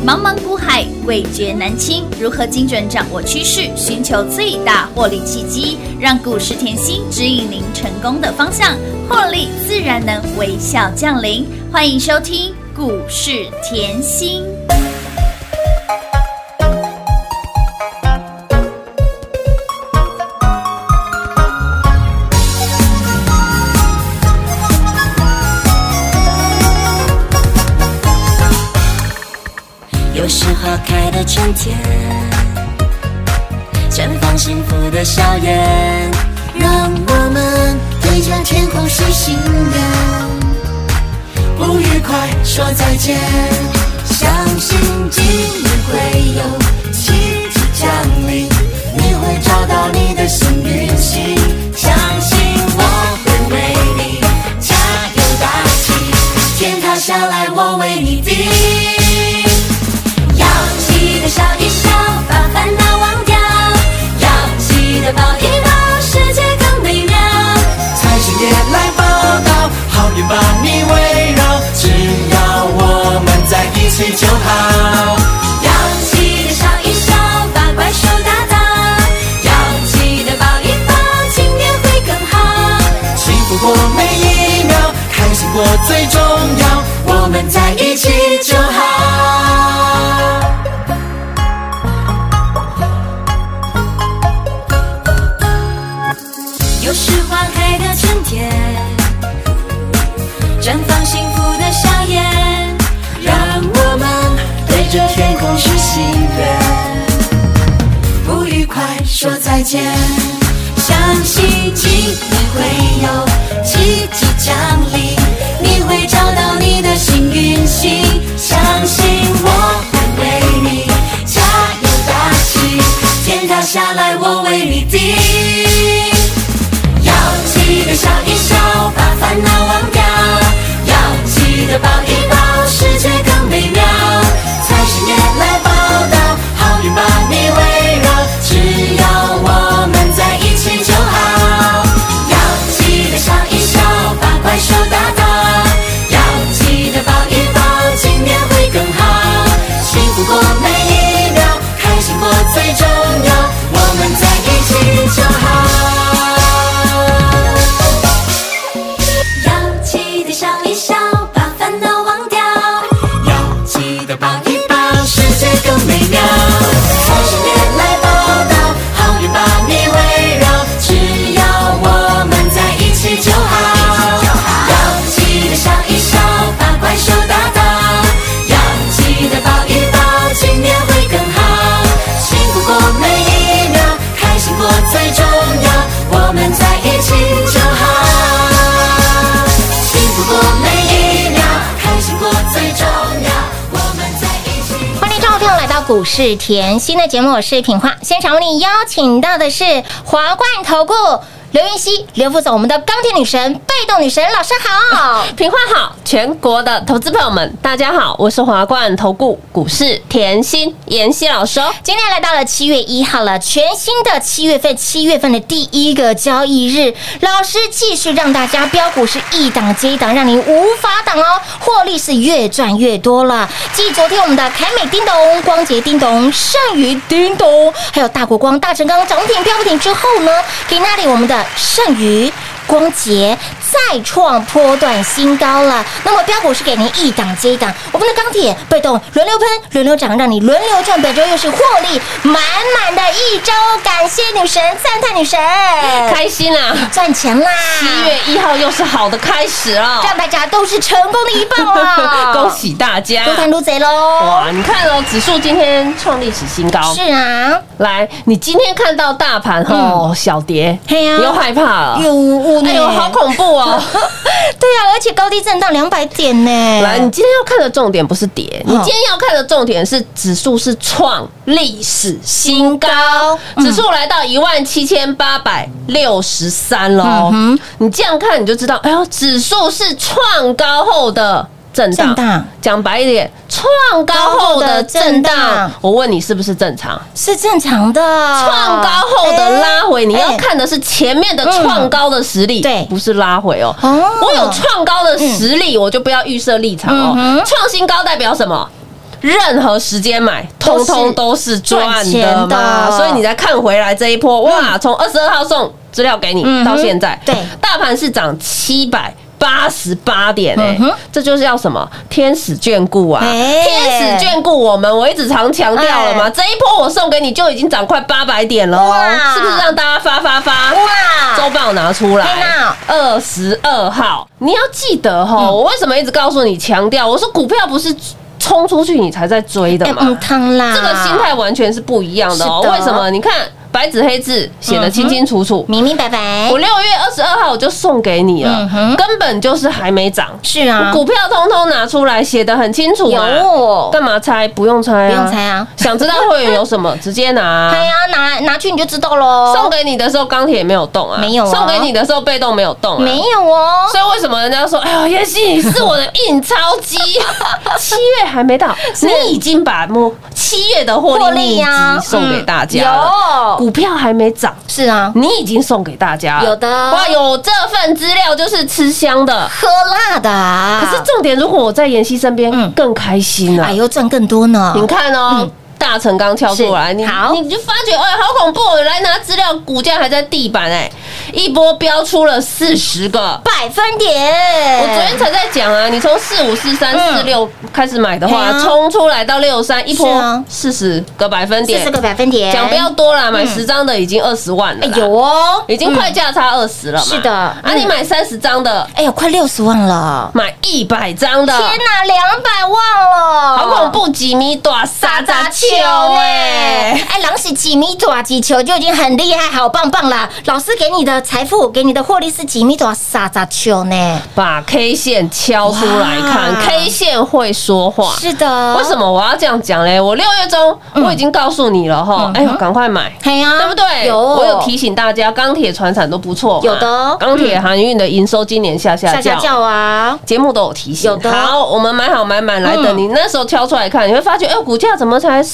茫茫股海，味觉难清。如何精准掌握趋势，寻求最大获利契机，让股市甜心指引您成功的方向，获利自然能微笑降临。欢迎收听股市甜心。 又是花开的春天，绽放幸福的笑颜，让我们对着天空许心愿，不愉快说再见，相信今日会有奇迹降临，你会找到你的幸运星，相信我会为你加油打气，天塌下来我为你顶，记得笑一笑，把烦恼忘掉，要记得抱一抱，世界更美妙。财神爷来报道，好运把你围绕，只要我们在一起就好。要记得笑一笑，把怪兽打倒，要记得抱一抱，今年会更好。幸福过每一秒，开心过最重要，我们在一起就好。又是花开的春天，绽放幸福的笑颜，让我们对着天空许心愿，不愉快说再见，相信今年会有奇迹降临，你会找到你的幸运星，相信我会为你加油打气，天塌下来我为你顶，记得笑一笑，把烦恼忘掉，要记得抱一抱，世界更美妙。财神爷来报道，好运把你围绕，只要我们在一起就好。要记得笑一笑，把怪兽打倒，要记得抱一抱，今年会更好。幸福过每一秒，开心过最重要，我们在一起就好。笑一笑，把烦恼忘掉，要记得抱一抱，世界更美妙。财神爷来报道，好运把你围绕，只要我们在一起就好。要记得笑一笑，把怪兽打倒，要记得抱一抱，今年会更好。幸福过每一秒，开心过最重要，我们在一起就好。过每一秒，开心过最重要，我们在一起。 欢迎众朋友来到股市甜心的节目，我是品化。现场为你邀请到的是华冠投顾刘云熙、刘副总，我们的钢铁女神、被动女神，老师好， 品化好，全国的投资朋友们，大家好，我是华冠投顾股市甜心妍希老师哦。 今天来到了7月1号了，全新的7月份的第一个交易日，老师继续让大家标股是一档接一档，让你无法挡哦，获利是越赚越多了。继昨天我们的凯美叮咚、光捷叮咚、盛宇叮咚，还有大国光、大成钢涨停标不停之后呢，给那里我们的盛宇、光捷再创波段新高了。那么标股是给您一档接一档，我们的钢铁被动轮流喷、轮流涨，让你轮流赚。本周又是获利满满的一周，感谢女神，赞叹女神， 开心啊， 赚钱啦 ！7月1号又是好的开始了， 让大家都是成功的一半了， 恭喜大家！ 都看撸贼喽！ 哇，你看哦，指数今天创历史新高。 是啊， 来，你今天看到大盘小跌， 嘿呀， 你又害怕了， 哎呦， 好恐怖哦！ 对啊，而且高低震荡200点呢。 来，你今天要看的重点不是跌，你今天要看的重点是指数是创历史新高，指数来到17863了。你这样看你就知道，哎呦，指数是创高后的震荡，讲白一点，创高后的震荡，我问你是不是正常？ 是正常的。 创高后的拉回，你要看的是前面的创高的实力， 对， 不是拉回哦。我有创高的实力，我就不要预设立场哦。创新高代表什么？ 任何时间买，通通都是赚的嘛。所以你再看回来这一波，哇，从22号送资料给你到现在， 对， 大盘是涨788点这就是要什么天使眷顾啊！天使眷顾我们，我一直常强调了嘛。这一波我送给你就已经涨快800点了哦，是不是让大家发？哇！周报拿出来，22号，你要记得哈，我为什么一直告诉你强调？我说股票不是冲出去你才在追的嘛，这个心态完全是不一样的哦。为什么？你看。白纸黑字写得清清楚楚， 明明白白。 我6月22号我就送给你了，根本就是还没涨。 是啊， 股票通通拿出来，写得很清楚嘛。有，干嘛猜？不用猜啊， 不用猜啊。 想知道会员有什么，直接拿。 对啊，拿去你就知道喽。 送给你的时候，钢铁也没有动啊， 没有。 送给你的时候，被动没有动啊， 没有哦。 所以为什么人家说，哎呦，妍希你是我的印钞机？7月还没到，你已经把7月的获利秘籍送给大家了。股票还没涨， 是啊， 你已经送给大家了。 有的哇，有这份资料就是吃香的、 喝辣的。 可是重点，如果我在妍希身边，更开心了。 哎呦，赚更多呢！ 你看哦。大成刚跳出来，你就发觉，哎，好恐怖！来拿资料，股价还在地板，一波飙出了40个百分点。 我昨天才在讲啊，你从45、43、46开始买的话，冲出来到63，一波40个百分点 ，40个百分点， 讲不要多啦，买10张的已经20万了， 有哦， 已经快价差20了嘛。 是的， 啊，你买30张的， 哎呦，快60万了， 买100张的， 天哪，200万了， 好恐怖！几米大沙扎球哎，狼是几米大几球就已经很厉害，好棒棒啦！老师给你的财富，给你的获利是几米大沙扎球呢？ 把 K 线敲出来看 ，K 线会说话。 是的， 为什么我要这样讲嘞？我6月中我已经告诉你了哈，哎呦，赶快买，对不对？我有提醒大家，钢铁、传产都不错， 有的钢铁、航运的营收今年下叫啊，节目都有提醒。 有的， 好，我们买好买满来等你那时候挑出来看，你会发觉，哎，股价怎么才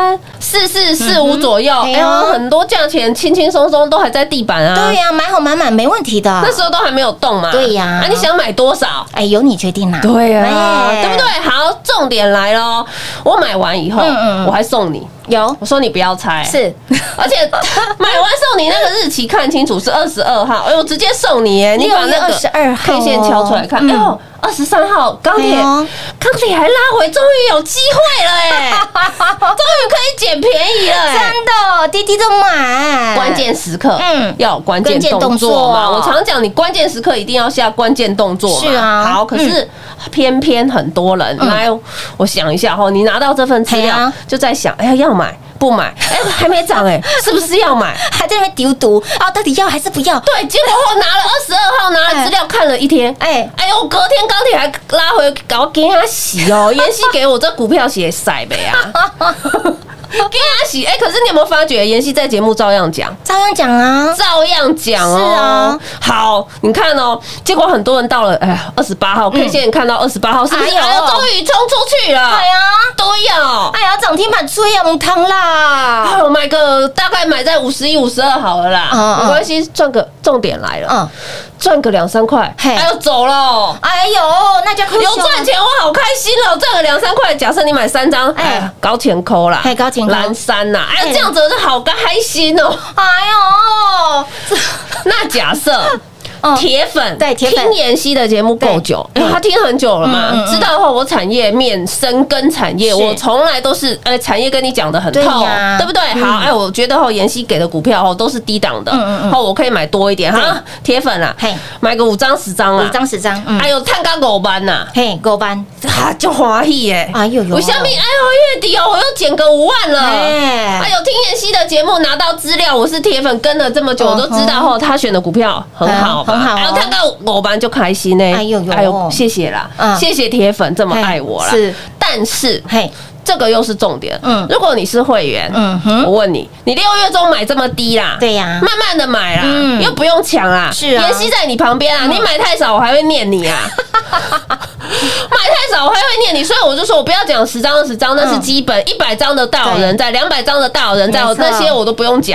43、44、45左右？哎呦，很多价钱轻轻松松都还在地板啊。 对呀，买好买满没问题的。 那时候都还没有动嘛。 对呀， 啊，你想买多少？ 哎，由你决定啦。 对呀，对不对？好，重点来咯，我买完以后，我还送你。我说你不要猜， 是， 而且买完送你那个日期看清楚是22号，哎，我直接送你，你把那个 22号 K 线敲出来看，哎呦，23号钢铁还拉回，终于有机会了，终于可以捡便宜了， 真的，滴滴都买， 关键时刻，要有关键动作嘛，我常讲你关键时刻一定要下关键动作嘛， 是啊， 好，可是偏偏很多人来，我想一下你拿到这份资料就在想，哎呀，要买不买？哎，还没涨是不是要买？ 还在那边丢毒啊，到底要还是不要？ 对，结果我拿了22号，拿了资料看了一天，哎呦，隔天钢铁还拉回，搞给他洗哦，妍希给我这股票写塞呗啊。给他洗可是你有没有发觉，妍希在节目照样讲啊，照样讲哦。是啊，好，你看哦，结果很多人到了28号 K 线看到28号，是不是？哎呦，终于冲出去了！哎呀，都要！哎呀，涨停板追啊，母汤啦！我买个大概买在51、52好了啦，没关系，赚个重点来了，赚个2-3块，哎呦走了！哎呦，那就有赚钱，我好开心了，赚个2-3块。假设你买3张，高钱扣啦，高钱蓝山呐，哎，这样子我就好开心哦！哎呦，那假设。铁粉听妍希的节目够久，他听很久了嘛，知道我产业面深耕产业，我从来都是产业跟你讲的很透，对不对？好，我觉得妍希给的股票都是低档的，我可以买多一点哈。铁粉啊，买个5张10张啊，5张10张，哎呦，探高狗班呐，嘿，狗班就欢喜耶！哎呦，我相信哎呦月底我又减个5万了，哎呦，听妍希的节目拿到资料，我是铁粉跟了这么久，我都知道他选的股票很好。还有看到我班就开心呢，哎呦，谢谢啦，谢谢铁粉这么爱我啦。是，但是这个又是重点。如果你是会员，我问你，你6月中买这么低啦，对呀，慢慢的买啦，又不用抢啦。是啊，妍希在你旁边啊，你买太少我还会念你啊。买太少我还会念你，所以我就说我不要讲10张20张，那是基本，100张的大有人在，200张的大有人在，那些我都不用讲。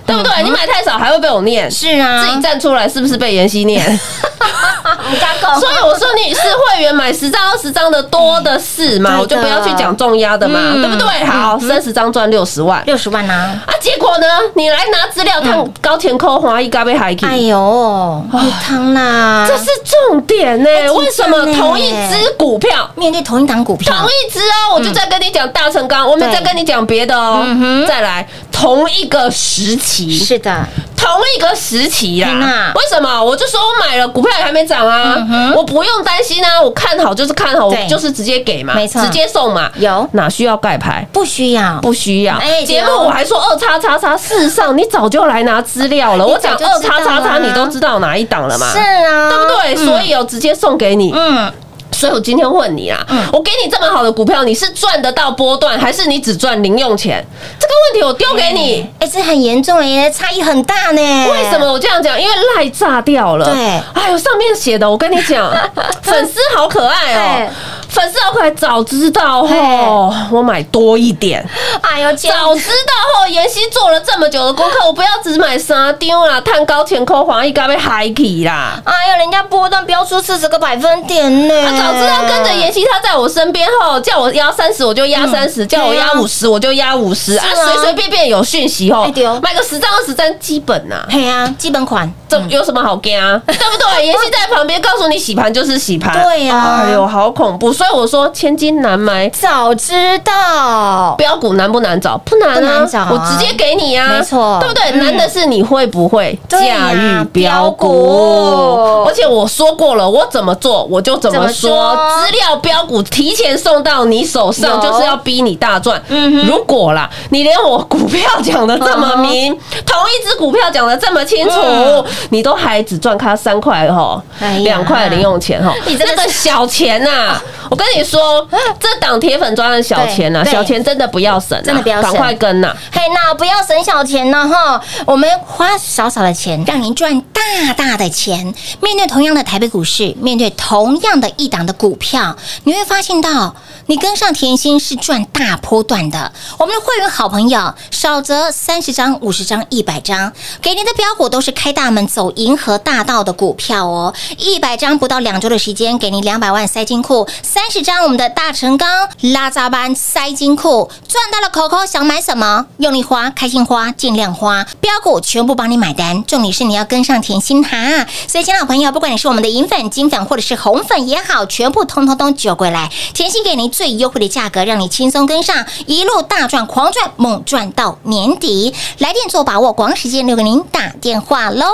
对不对？你买太少还会被我念， 是啊， 自己站出来是不是被妍希念？所以我说你是会员买10张20张的多的是嘛，我就不要去讲重压的嘛，对不对？好，30张赚60万 ，60万啊！ 结果呢，你来拿资料，看高前扣华一咖啡海基， 哎呦，汤啦， 这是重点呢。为什么同一只股票面对同一档股票， 同一只哦？我就在跟你讲大成钢，我们再跟你讲别的哦。再来，同一个时期， 是的， 同一个时期啦。为什么？我就说我买了股票也还没涨啊，我不用担心啊，我看好就是看好，我就是直接给嘛， 没错， 直接送嘛。 有哪需要盖牌？ 不需要， 不需要。节目我还说2XXX，事实上你早就来拿资料了。我讲2XXX，你都知道哪一档了嘛？ 是啊， 对不对？所以直接送给你。所以我今天问你啦，我给你这么好的股票，你是赚得到波段，还是你只赚零用钱？这个问题我丢给你。 这很严重耶，差异很大呢。 为什么我这样讲？因为赖炸掉了。 对， 哎呦，上面写的，我跟你讲，粉丝好可爱哦。粉丝好可爱，早知道后我买多一点。哎呦，早知道后，妍希做了这么久的功课，我不要只买3张啦，探高前扣黄一咖啡海起啦。 哎呦，人家波段标出40个百分点呢。 早知道跟着妍希，她在我身边后，叫我压30我就压30，叫我压50我就压50啊，随随便便有讯息后，买个10张20张基本呐。 嘿啊，基本款， 这有什么好惊啊？对不对？妍希在旁边告诉你洗盘就是洗盘， 对呀。 哎呦，好恐怖！所以我说千金难买， 早知道标股难不难找？不难啊，我直接给你啊， 没错， 对不对？难的是你会不会驾驭标股，而且我说过了，我怎么做我就怎么说，资料标股提前送到你手上，就是要逼你大赚。如果啦，你连我股票讲的这么明，同一只股票讲的这么清楚，你都还只赚它3块哈，2块零用钱哈，你这个小钱呐！我跟你说，这档铁粉专的小钱呐，小钱真的不要省， 真的不要省， 赶快跟呐！ 嘿，那不要省小钱呢哈，我们花少少的钱，让您赚大大的钱。面对同样的台北股市，面对同样的一档的股票，你会发现到，你跟上甜心是赚大波段的。我们的会员好朋友，少则30张、50张、100张，给您的标股都是开大门走银河大道的股票哦。100张不到2周的时间，给您200万塞金库；30张我们的大成钢拉扎班塞金库，赚到了口口，想买什么用力花，开心花，尽量花，标股全部帮你买单。重点是你要跟上甜心哈。所以，亲爱的朋友，不管你是我们的银粉、金粉或者是红粉也好，全部通通都揪过来，甜心给您最优惠的价格，让你轻松跟上，一路大赚、狂赚、猛赚到年底。来电做把握，光时间留给您打电话喽。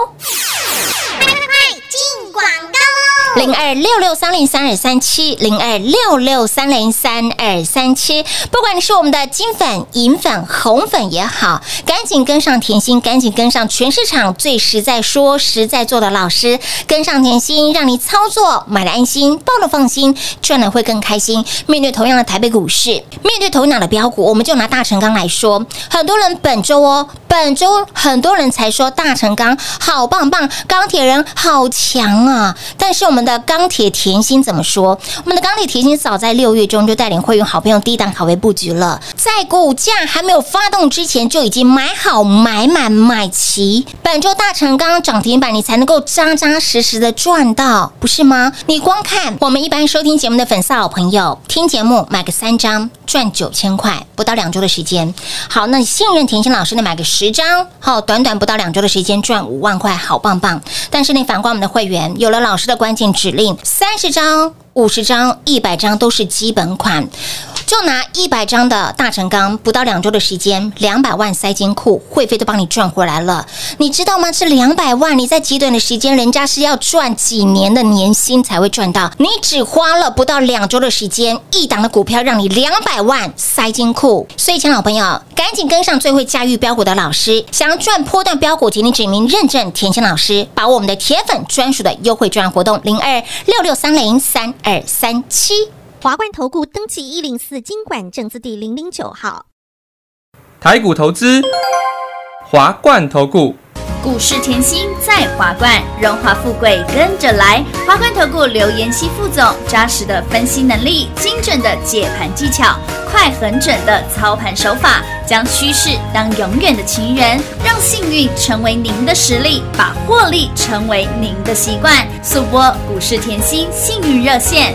进广告0266303237 0266303237，不管你是我们的金粉、银粉、红粉也好，赶紧跟上甜心，赶紧跟上全市场最实在说实在做的老师，跟上甜心，让你操作买了安心，抱了放心，赚了会更开心。面对同样的台北股市，面对同样的标股，我们就拿大成钢来说，很多人本周很多人才说大成钢好棒棒，钢铁人好强啊！但是我们的钢铁甜心怎么说？我们的钢铁甜心早在6月中就带领会员好朋友低档卡位布局了，在股价还没有发动之前就已经买好、买满、买齐。本周大成钢涨停板，你才能够扎扎实实的赚到，不是吗？你光看我们一般收听节目的粉丝好朋友，听节目买个3张赚9000块，不到2周的时间。好，那你信任甜心老师呢？买个10张，好，短短不到2周的时间赚5万块，好棒棒。但是你反观我们的会员，有了老师的关键指令，30张、50张、100张都是基本款。就拿100张的大成钢，不到2周的时间，200万塞金库，会费都帮你赚回来了。你知道吗？这200万，你在极短的时间，人家是要赚几年的年薪才会赚到。你只花了不到2周的时间，一档的股票让你200万塞金库。所以，亲爱的老朋友，赶紧跟上最会驾驭标股的老师，想要赚波段标股，请你指名认证甜心老师，把我们的铁粉专属的优惠专案活动0266303237。 华冠投顾登记104金管证字第009号。 台股投资，华冠投顾。 股市甜心在华冠，荣华富贵跟着来。华冠投顾刘妍希副总，扎实的分析能力，精准的解盘技巧，快狠准的操盘手法， 将趋势当永远的情人，让幸运成为您的实力，把获利成为您的习惯。速播股市甜心幸运热线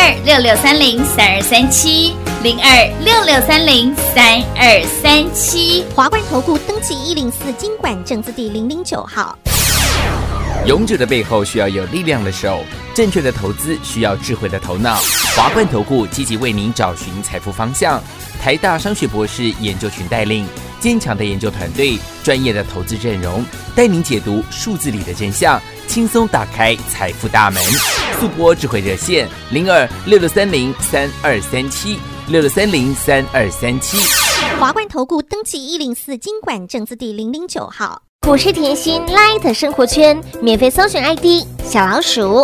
0266303237，0266303237。 华冠投顾登记104金管证字第009号。 勇者的背后需要有力量的手，正确的投资需要智慧的头脑。华冠投顾积极为您找寻财富方向，台大商学博士研究群带领，坚强的研究团队，专业的投资阵容，带您解读数字里的真相，轻松打开财富大门。速播智慧热线0266303237，66303237。 华冠投顾登记104金管证字第009号。 股市甜心 Light 生活圈免费搜寻 ID 小老鼠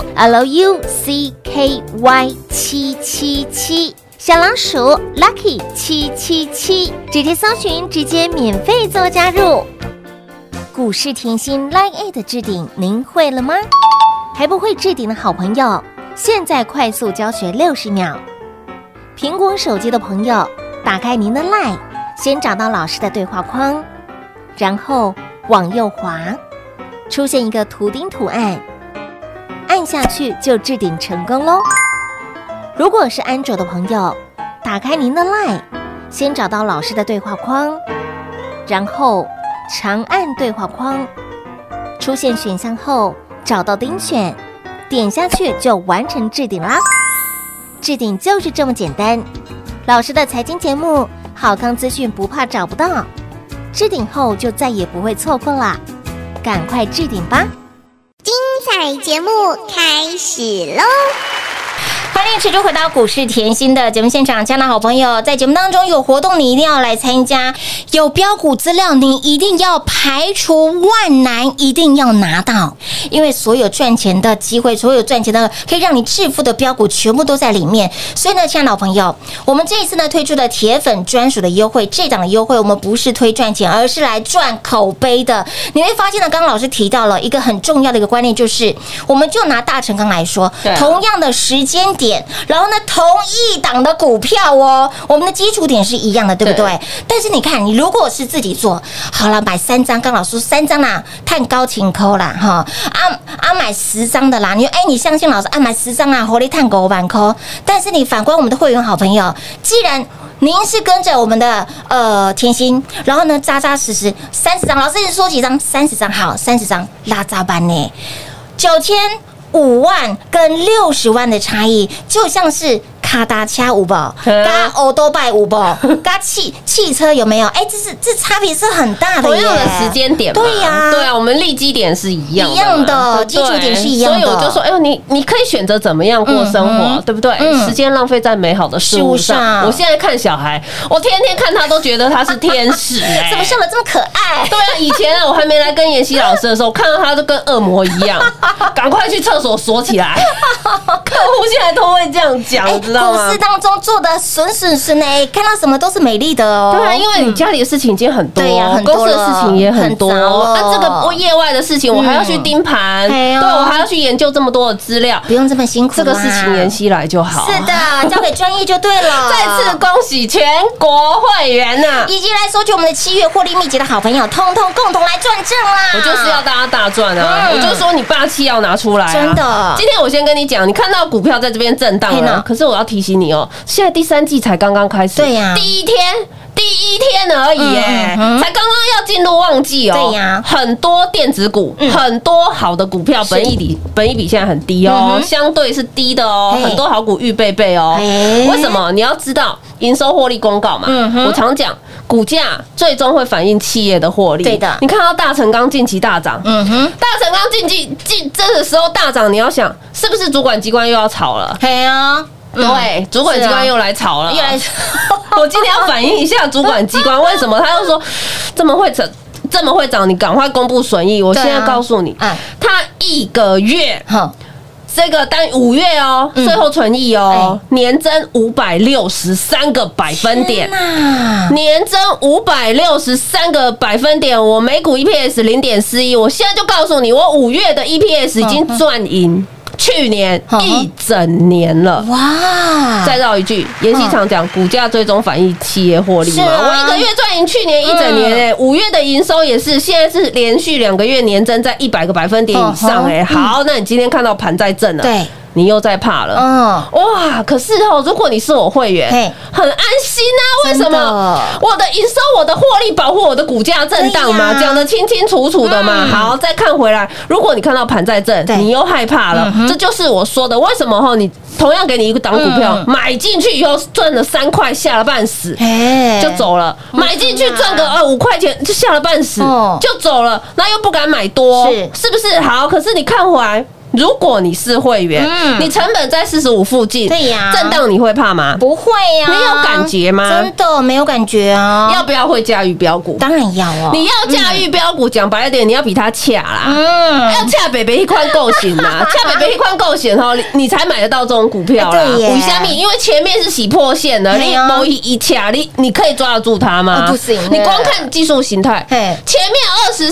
LUCKY777，小老鼠 Lucky 777，直接搜寻，直接免费做加入。股市甜心 Line 的置顶，您会了吗？还不会置顶的好朋友，现在快速教学60秒。苹果手机的朋友，打开您的 Line， 先找到老师的对话框，然后往右滑，出现一个图钉图案，按下去就置顶成功咯。如果是安卓的朋友，打开您的 LINE， 先找到老师的对话框，然后长按对话框，出现选项后找到钉选，点下去就完成置顶啦。置顶就是这么简单，老师的财经节目好康资讯不怕找不到，置顶后就再也不会错过啦，赶快置顶吧！ 彩节目开始喽！ 欢迎持续回到股市甜心的节目现场，亲爱的好朋友，在节目当中有活动，你一定要来参加；有标股资料，你一定要排除万难，一定要拿到，因为所有赚钱的机会，所有赚钱的可以让你致富的标股，全部都在里面。所以呢，亲爱的好朋友，我们这一次呢推出的铁粉专属的优惠，这档的优惠我们不是推赚钱，而是来赚口碑的。你会发现呢，刚刚老师提到了一个很重要的一个观念，就是我们就拿大成钢来说，同样的时间点。然后呢，同一档的股票哦，我们的基础点是一样的，对不对？但是你看，你如果是自己做，好了，买3张，刚老师3张啦，探高情扣啦，哈买10张的啦，你相信老师买10张啊，活力探5万扣。但是你反观我们的会员好朋友，既然您是跟着我们的甜心，然后呢扎扎实实30张，老师说几张？30张，好，30张拉扎班呢，95万跟60万的差异，就像是卡达掐五宝，加欧多拜五宝，加汽车有没有？这差别是很大的耶。 同样的时间点嘛， 对呀， 对啊，我们立基点是一样的，基础点是一样的。 所以我就说，你可以选择怎么样过生活，对不对？时间浪费在美好的事物上。我现在看小孩，我天天看他都觉得他是天使， 怎么笑得这么可爱？ 对啊，以前我还没来跟妍希老师的时候，看到他都跟恶魔一样，赶快去厕所锁起来。客户现在都会这样讲，知道吗？ 股市当中做的顺看到什么都是美丽的哦。 对啊，因为你家里的事情已经很多， 对呀，很公司的事情也很多。 那这个业外的事情，我还要去盯盘，对我还要去研究这么多的资料， 不用这么辛苦。 这个事情妍希来就好。 是的，交给专业就对了。 再次恭喜全国会员呐， 以及来索取我们的7月获利秘籍的好朋友，通通共同来赚正啦！ 我就是要大家大赚啊！我就说你霸气要拿出来， 真的。 今天我先跟你讲，你看到股票在这边震荡了，可是我要提醒你哦，现在第3季才刚刚开始， 对呀， 第一天而已耶，才刚刚要进入旺季哦。 对呀， 很多电子股，很多好的股票，本益比现在很低哦，相对是低的哦，很多好股预备哦。为什么？你要知道营收获利公告嘛，我常讲。股价最终会反映企业的获利， 对的。 你看到大成钢近期大涨，大成钢近这个时候大涨，你要想是不是主管机关又要炒了？ 对啊， 对，主管机关又来炒了。我今天要反映一下主管机关为什么他又说这么会涨，你赶快公布损益。我现在告诉你，他1个月。这个单5月哦，税后纯益哦，年增563个百分点，年增563个百分点，我每股 EPS 0.41，我现在就告诉你，我5月的 EPS 已经赚赢去年一整年了。 哇！ 再绕一句，妍希常讲股价最终反映企业获利嘛。我一个月赚赢去年一整年5月的营收也是，现在是连续2个月年增在100个百分点以上好，那你今天看到盘在震了，对。你又在怕了，哇！可是如果你是我会员，很安心啊。为什么？我的营收、我的获利保护我的股价震荡嘛，讲得清清楚楚的嘛。好，再看回来，如果你看到盘在震，你又害怕了，这就是我说的，为什么你同样给你一个档股票，买进去以后赚了3块，吓了半死，就走了；买进去赚个5块钱，就吓了半死，就走了，那又不敢买多，是不是？好，可是你看回来。如果你是会员，你成本在45附近，对呀，震荡你会怕吗？不会呀，你有感觉吗？真的没有感觉啊！要不要会驾驭标股？当然要哦！你要驾驭标股，讲白一点，你要比他恰啦，要恰北北一宽够险啦，恰北北一宽够险你才买得到这种股票啦。为什么？因为前面是洗破线的，你某一恰，你可以抓得住它吗？不行，你光看技术形态，前面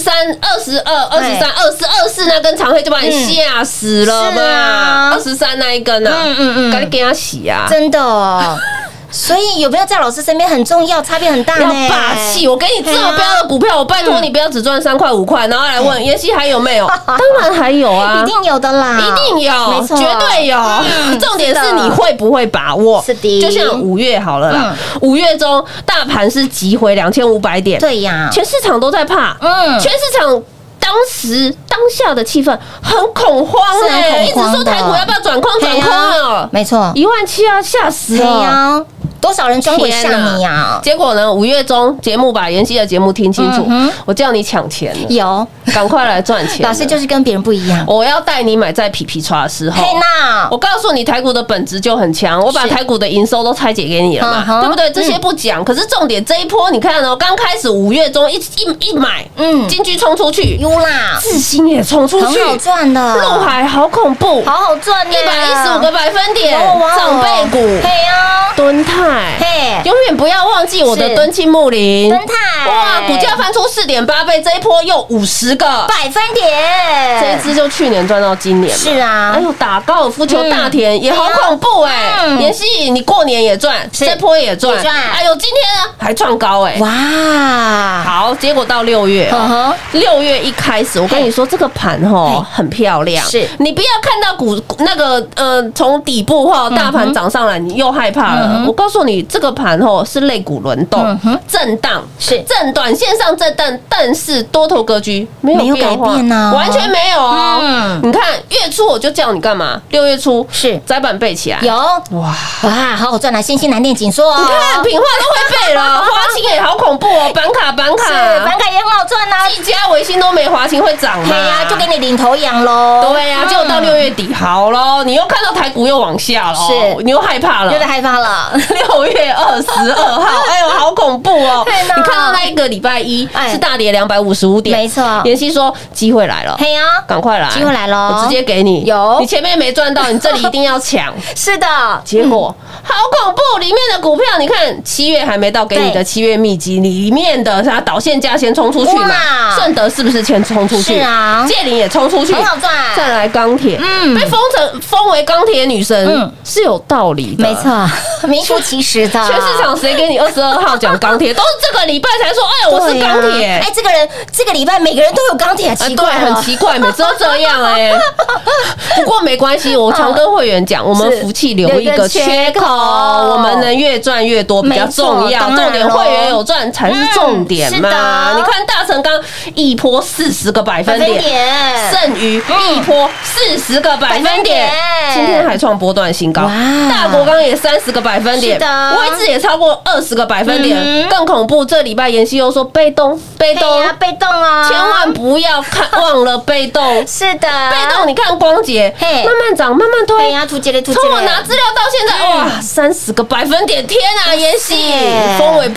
23、22、23、24那根长黑就把你吓死了嘛，23那一根啊，赶紧给他洗啊！真的。所以有没有在老师身边很重要，差别很大呢。要霸气！我给你这么标的股票，我拜托你不要只赚3块5块，然后来问妍希还有没有？当然还有啊，一定有的啦，一定有，没错，绝对有。重点是你会不会把握？是的，就像5月好了啦，5月中大盘是急回2500点，对呀，全市场都在怕，全市场。当下的气氛很恐慌一直说台股要不要转空了，没错，17000啊，吓死了！多少人装鬼吓你呀？结果呢？5月中节目把妍希的节目听清楚，我叫你抢钱了，有，赶快来赚钱。老师就是跟别人不一样，我要带你买在皮皮刷的时候。我告诉你，台股的本质就很强，我把台股的营收都拆解给你了嘛，对不对？这些不讲，可是重点这一波，你看哦，刚开始5月中一买，金居冲出去，有啦，智新也冲出去，很好赚的，陆海好恐怖，好好赚，115个百分点，长辈股，对呀，敦泰。永远不要忘记我的敦庆木林，敦泰哇，股价翻出4.8倍，这一波又50个百分点，这一支就去年赚到今年，是啊，哎呦，打高尔夫球大田也好恐怖妍希，你过年也赚，这波也赚，哎呦，今天呢还创高哇，好，结果到6月，6月一开始，我跟你说这个盘很漂亮，是你不要看到股那个从底部大盘涨上来，你又害怕了，我告诉你，这个盘是类股轮动，震荡是短线上震荡，但是多头格局没有改变啊，完全没有哦。你看月初我就叫你干嘛？6月初是窄板背起来，有哇，好好赚啊！新南电紧缩哦，你看品化都会背了，华勤也好恐怖哦，板卡也很好赚啊，技嘉、微星都没华勤会涨嘛，对呀，就给你领头羊喽。对呀，结果到6月底好喽，你又看到台股又往下了，是你又害怕了，有点害怕了。6月22号，哎呦，好恐怖哦！你看到那一个礼拜一是大跌255点，没错。妍希说机会来了，嘿呀，赶快来，机会来了，我直接给你。有，你前面没赚到，你这里一定要抢。是的，结果好恐怖，里面的股票，你看7月还没到给你的7月秘籍里面的啥导线价先冲出去嘛，顺德是不是先冲出去？是啊，界霖也冲出去，很好赚。再来钢铁，被封为钢铁女神是有道理的，没错，名副其实的。全市场谁给你22号讲钢铁？都是这个礼拜才说，哎，我是钢铁。哎，这个礼拜每个人都有钢铁，奇怪，很奇怪，每次都这样哎。不过没关系，我常跟会员讲，我们福气留一个缺口，我们能越赚越多比较重要，重点会员有赚才是重点嘛。你看大成钢一波40个百分点，剩余一波40个百分点，今天还创波段新高，大国钢也30个百分点，威致也超过20个百分点，更恐怖，这礼拜妍希又说被动啊，千万不要忘了被动，是的，被动你看光捷慢慢涨慢慢推，从我拿资料到现在哇30个百分点，天啊，妍希封为波段女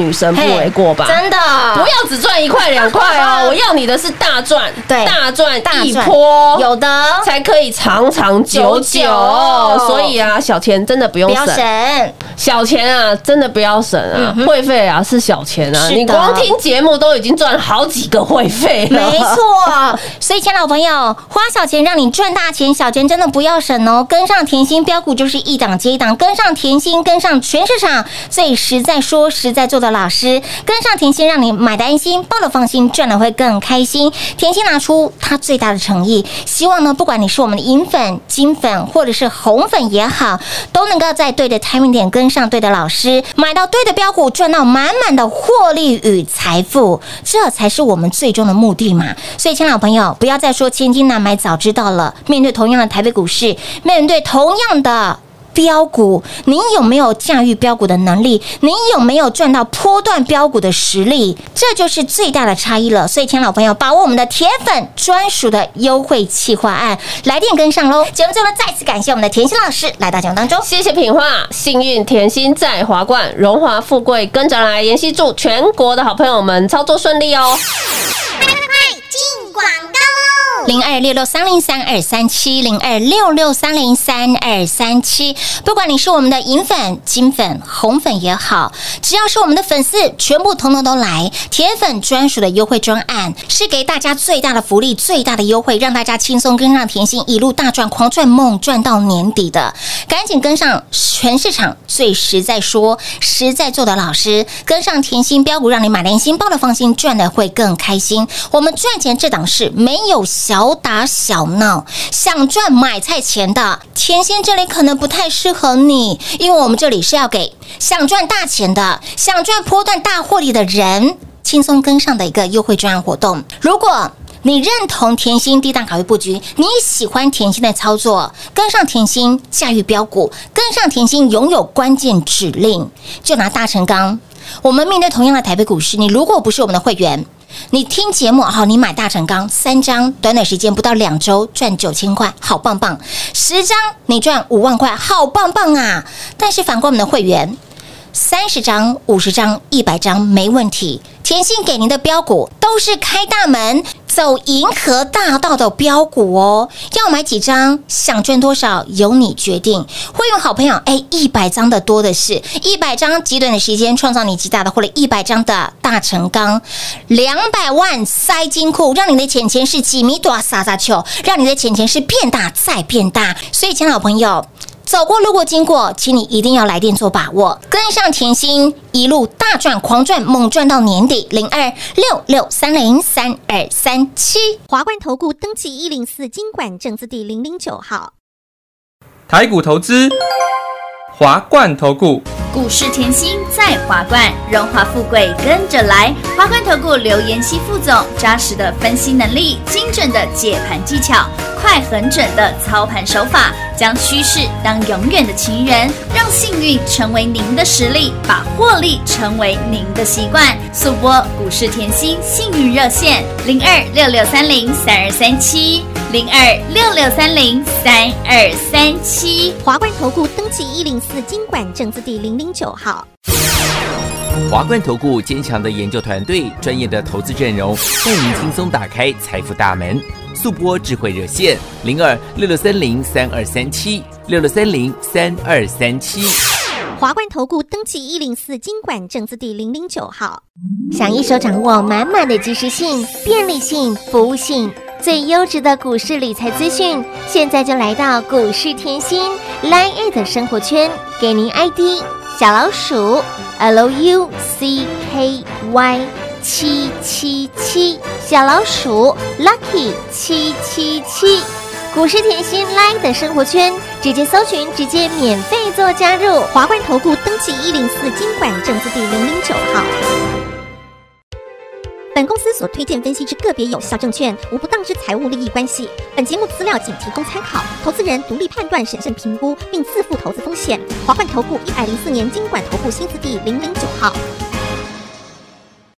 女生不为过吧？ 真的， 不要只赚1块2块哦，我要你的是大赚， 对， 大赚一波， 有的才可以长长久久。所以啊，小钱真的不用省，小钱啊真的不要省啊，会费啊是小钱啊，你光听节目都已经赚了好几个会费了， 没错。所以，亲爱的朋友，花小钱让你赚大钱，小钱真的不要省哦。跟上甜心标股就是一档接一档，跟上甜心，跟上全市场最实在说实在做的老师，跟上甜心，让你买的安心，抱的放心，赚的会更开心。甜心拿出它最大的诚意，希望呢，不管你是我们的银粉、金粉，或者是红粉也好，都能够在对的 timing 点跟上对的老师，买到对的标股，赚到满满的获利与财富，这才是我们最终的目的嘛。所以，亲爱的朋友，不要再说千金难买，早知道了。面对同样的台北股市，面对同样的标股，你有没有驾驭标股的能力？你有没有赚到波段标股的实力？这就是最大的差异了。所以，亲爱的朋友，把握我们的铁粉专属的优惠企划案，来电跟上喽！节目最后呢，再次感谢我们的甜心老师来到节目当中， 谢谢品画，幸运甜心在华冠，荣华富贵跟着来。妍希祝全国的好朋友们操作顺利哦！ 进广告 0266303237，0266303237。不管你是我们的银粉、金粉、红粉也好，只要是我们的粉丝，全部统统都来。铁粉专属的优惠专案，是给大家最大的福利、最大的优惠，让大家轻松跟上甜心，一路大赚、狂赚、猛赚到年底的。赶紧跟上全市场最实在说实在做的老师，跟上甜心标股，让你买的安心，抱的放心，赚的会更开心。我们赚钱这档事没有小打小闹，想赚买菜钱的甜心这里可能不太适合你，因为我们这里是要给想赚大钱的、想赚波段大获利的人轻松跟上的一个优惠专案活动。如果你认同甜心低档卡位布局，你喜欢甜心的操作，跟上甜心驾驭标股，跟上甜心拥有关键指令，就拿大成钢。我们面对同样的台北股市，你如果不是我们的会员，你听节目好，你买大成钢3张，短短时间不到2周赚9000块，好棒棒！10张你赚5万块，好棒棒啊！但是反观我们的会员，30张、50张、100张没问题。甜心给您的标股都是开大门走银河大道的标股哦，要买几张，想赚多少由你决定。会用好朋友100张的多的是，100张极短的时间创造你极大的获利，100张的大成钢，200万塞金库，让你的钱钱是几米多撒撒球，让你的钱钱是变大再变大。所以，亲爱的朋友，走过路过经过，请你一定要来电做把握，跟上甜心，一路大赚狂赚猛赚到年底。0266303237， 华冠投顾登记104金管证字第009号。 台股投资，华冠投顾。 股市甜心在华冠，荣华富贵跟着来。华冠投顾刘妍希副总，扎实的分析能力，精准的解盘技巧，快很准的操盘手法，将趋势当永远的情人，让幸运成为您的实力，把获利成为您的习惯。速播股市甜心幸运热线0266303237，0266303237。 华冠投顾登记104金管证字第009号。 华冠投顾坚强的研究团队，专业的投资阵容，带您轻松打开财富大门。速播智慧热线0266303237，66303237。 华冠投顾登记104金管证字第009号。 想一手掌握满满的及时性、便利性、服务性，最优质的股市理财资讯，现在就来到股市甜心 LINE@ 的生活圈，给您 ID 小老鼠 LUCKY777，小老鼠 Lucky 777。股市甜心 LINE 的生活圈，直接搜寻，直接免费做加入。 华冠投顾登记104金管证字第009号。本公司所推荐分析之个别有效证券，无不当之财务利益关系。本节目资料仅提供参考，投资人独立判断、审慎评估，并自负投资风险。华冠投顾104年金管投顾新字第009号。